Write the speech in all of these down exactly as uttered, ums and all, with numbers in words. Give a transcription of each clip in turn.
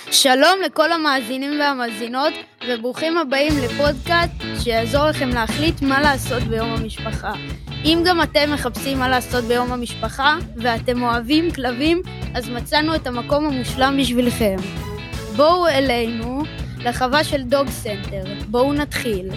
שלום לכל המאזינים והמאזינות, וברוכים הבאים לפודקאסט שיעזור לכם להחליט מה לעשות ביום המשפחה. אם גם אתם מחפשים מה לעשות ביום המשפחה, ואתם אוהבים כלבים, אז מצאנו את המקום המושלם בשבילכם. בואו אלינו לחווה של דוג סנטר. בואו נתחיל.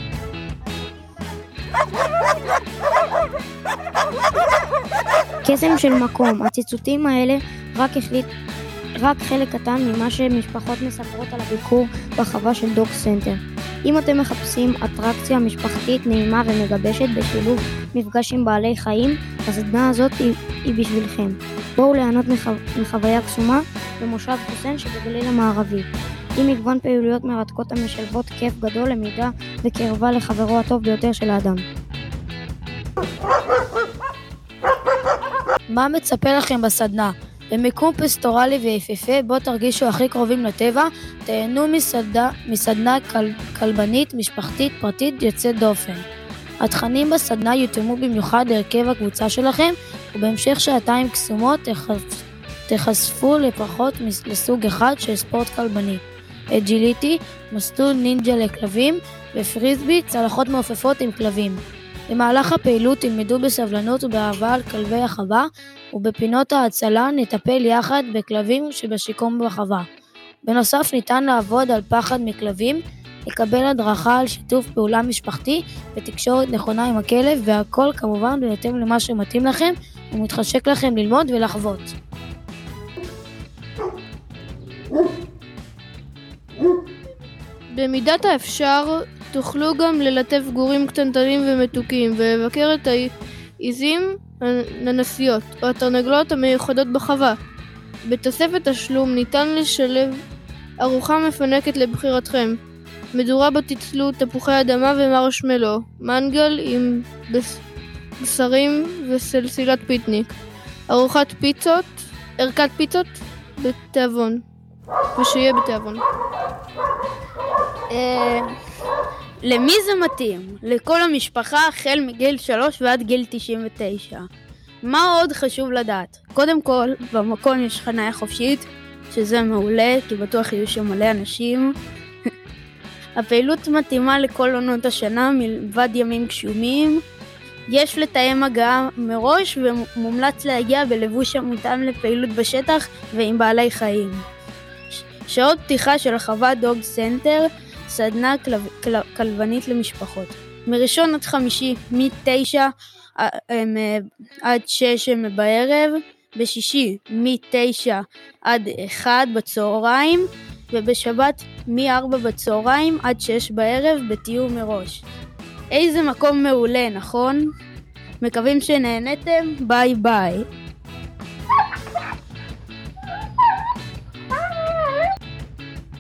קסם של מקום. הציטוטים האלה רק החליט רק חלק קטן ממה שמשפחות מספרות על הביקור בחווה של דוג סנטר. אם אתם מחפשים אטרקציה משפחתית נעימה ומגבשת בשילוב מפגש עם בעלי חיים, הסדנה הזאת היא, היא בשבילכם. בואו ליהנות מחו... מחוויה קסומה במושב חוסן שבגליל המערבי, עם מגוון פעילויות מרתקות המשלבות כיף גדול, למידה וקרבה לחברו הטוב ביותר של האדם. מה מצפה לכם בסדנה? במיקום פסטורלי ויפהפה בו תרגישו הכי קרובים לטבע, תהנו מסדנה, מסדנה קל, כלבנית משפחתית פרטית יוצאת דופן. התכנים בסדנה יותאמו במיוחד להרכב הקבוצה שלכם, ובהמשך שעתיים קסומות תחשפ, תחשפו לפחות לסוג אחד של ספורט כלבני. אג'יליטי, מסלול נינג'ה לכלבים, ופריסבי, צלחות מעופפות עם כלבים. במהלך הפעילות תלמדו בסבלנות ובאהבה על כלבי החווה, ובפינות ההצלה נטפל יחד בכלבים שבשיקום בחווה. בנוסף ניתן לעבוד על פחד מכלבים, לקבל הדרכה על שיתוף פעולה משפחתי ותקשורת נכונה עם הכלב, והכל כמובן בהתאם למה שמתאים לכם ומתחשק לכם ללמוד ולחוות. במידת האפשר תוכלו גם ללטף גורים קטנטנים ומתוקים ולבקר את העיזים הננסיות או התרנגולות המיוחדות בחווה. בתוספת תשלום ניתן לשלב ארוחה מפנקת לבחירתכם. מדורה בתצלו תפוחי אדמה ומרשמלו, מנגל עם בשרים וסלסילת פיטניק, ארוחת פיצות, ערכת פיצות בתיאבון, ושיהיה בתיאבון. למי זה מתאים? לכל המשפחה החל מגיל שלוש ועד גיל תשעים ותשע. מה עוד חשוב לדעת? קודם כל, במקום יש חניה חופשית, שזה מעולה, כי בטוח יהיו שם מלא אנשים. הפעילות מתאימה לכל עונות השנה, מלבד ימים גשומים. יש לתאם הגעה מראש, ומומלץ להגיע בלבוש המותאם לפעילות בשטח ועם בעלי חיים. שעות פתיחה של החווה דוג סנטר, סדנה כלב, כלב, כלבנית למשפחות. מראשון עד חמישי, מתשע עד שש בערב, בשישי מתשע עד אחד בצהריים, ובשבת מארבע בצהריים עד שש בערב בתיאום מראש. איזה מקום מעולה, נכון? מקווים שנהנתם, ביי ביי.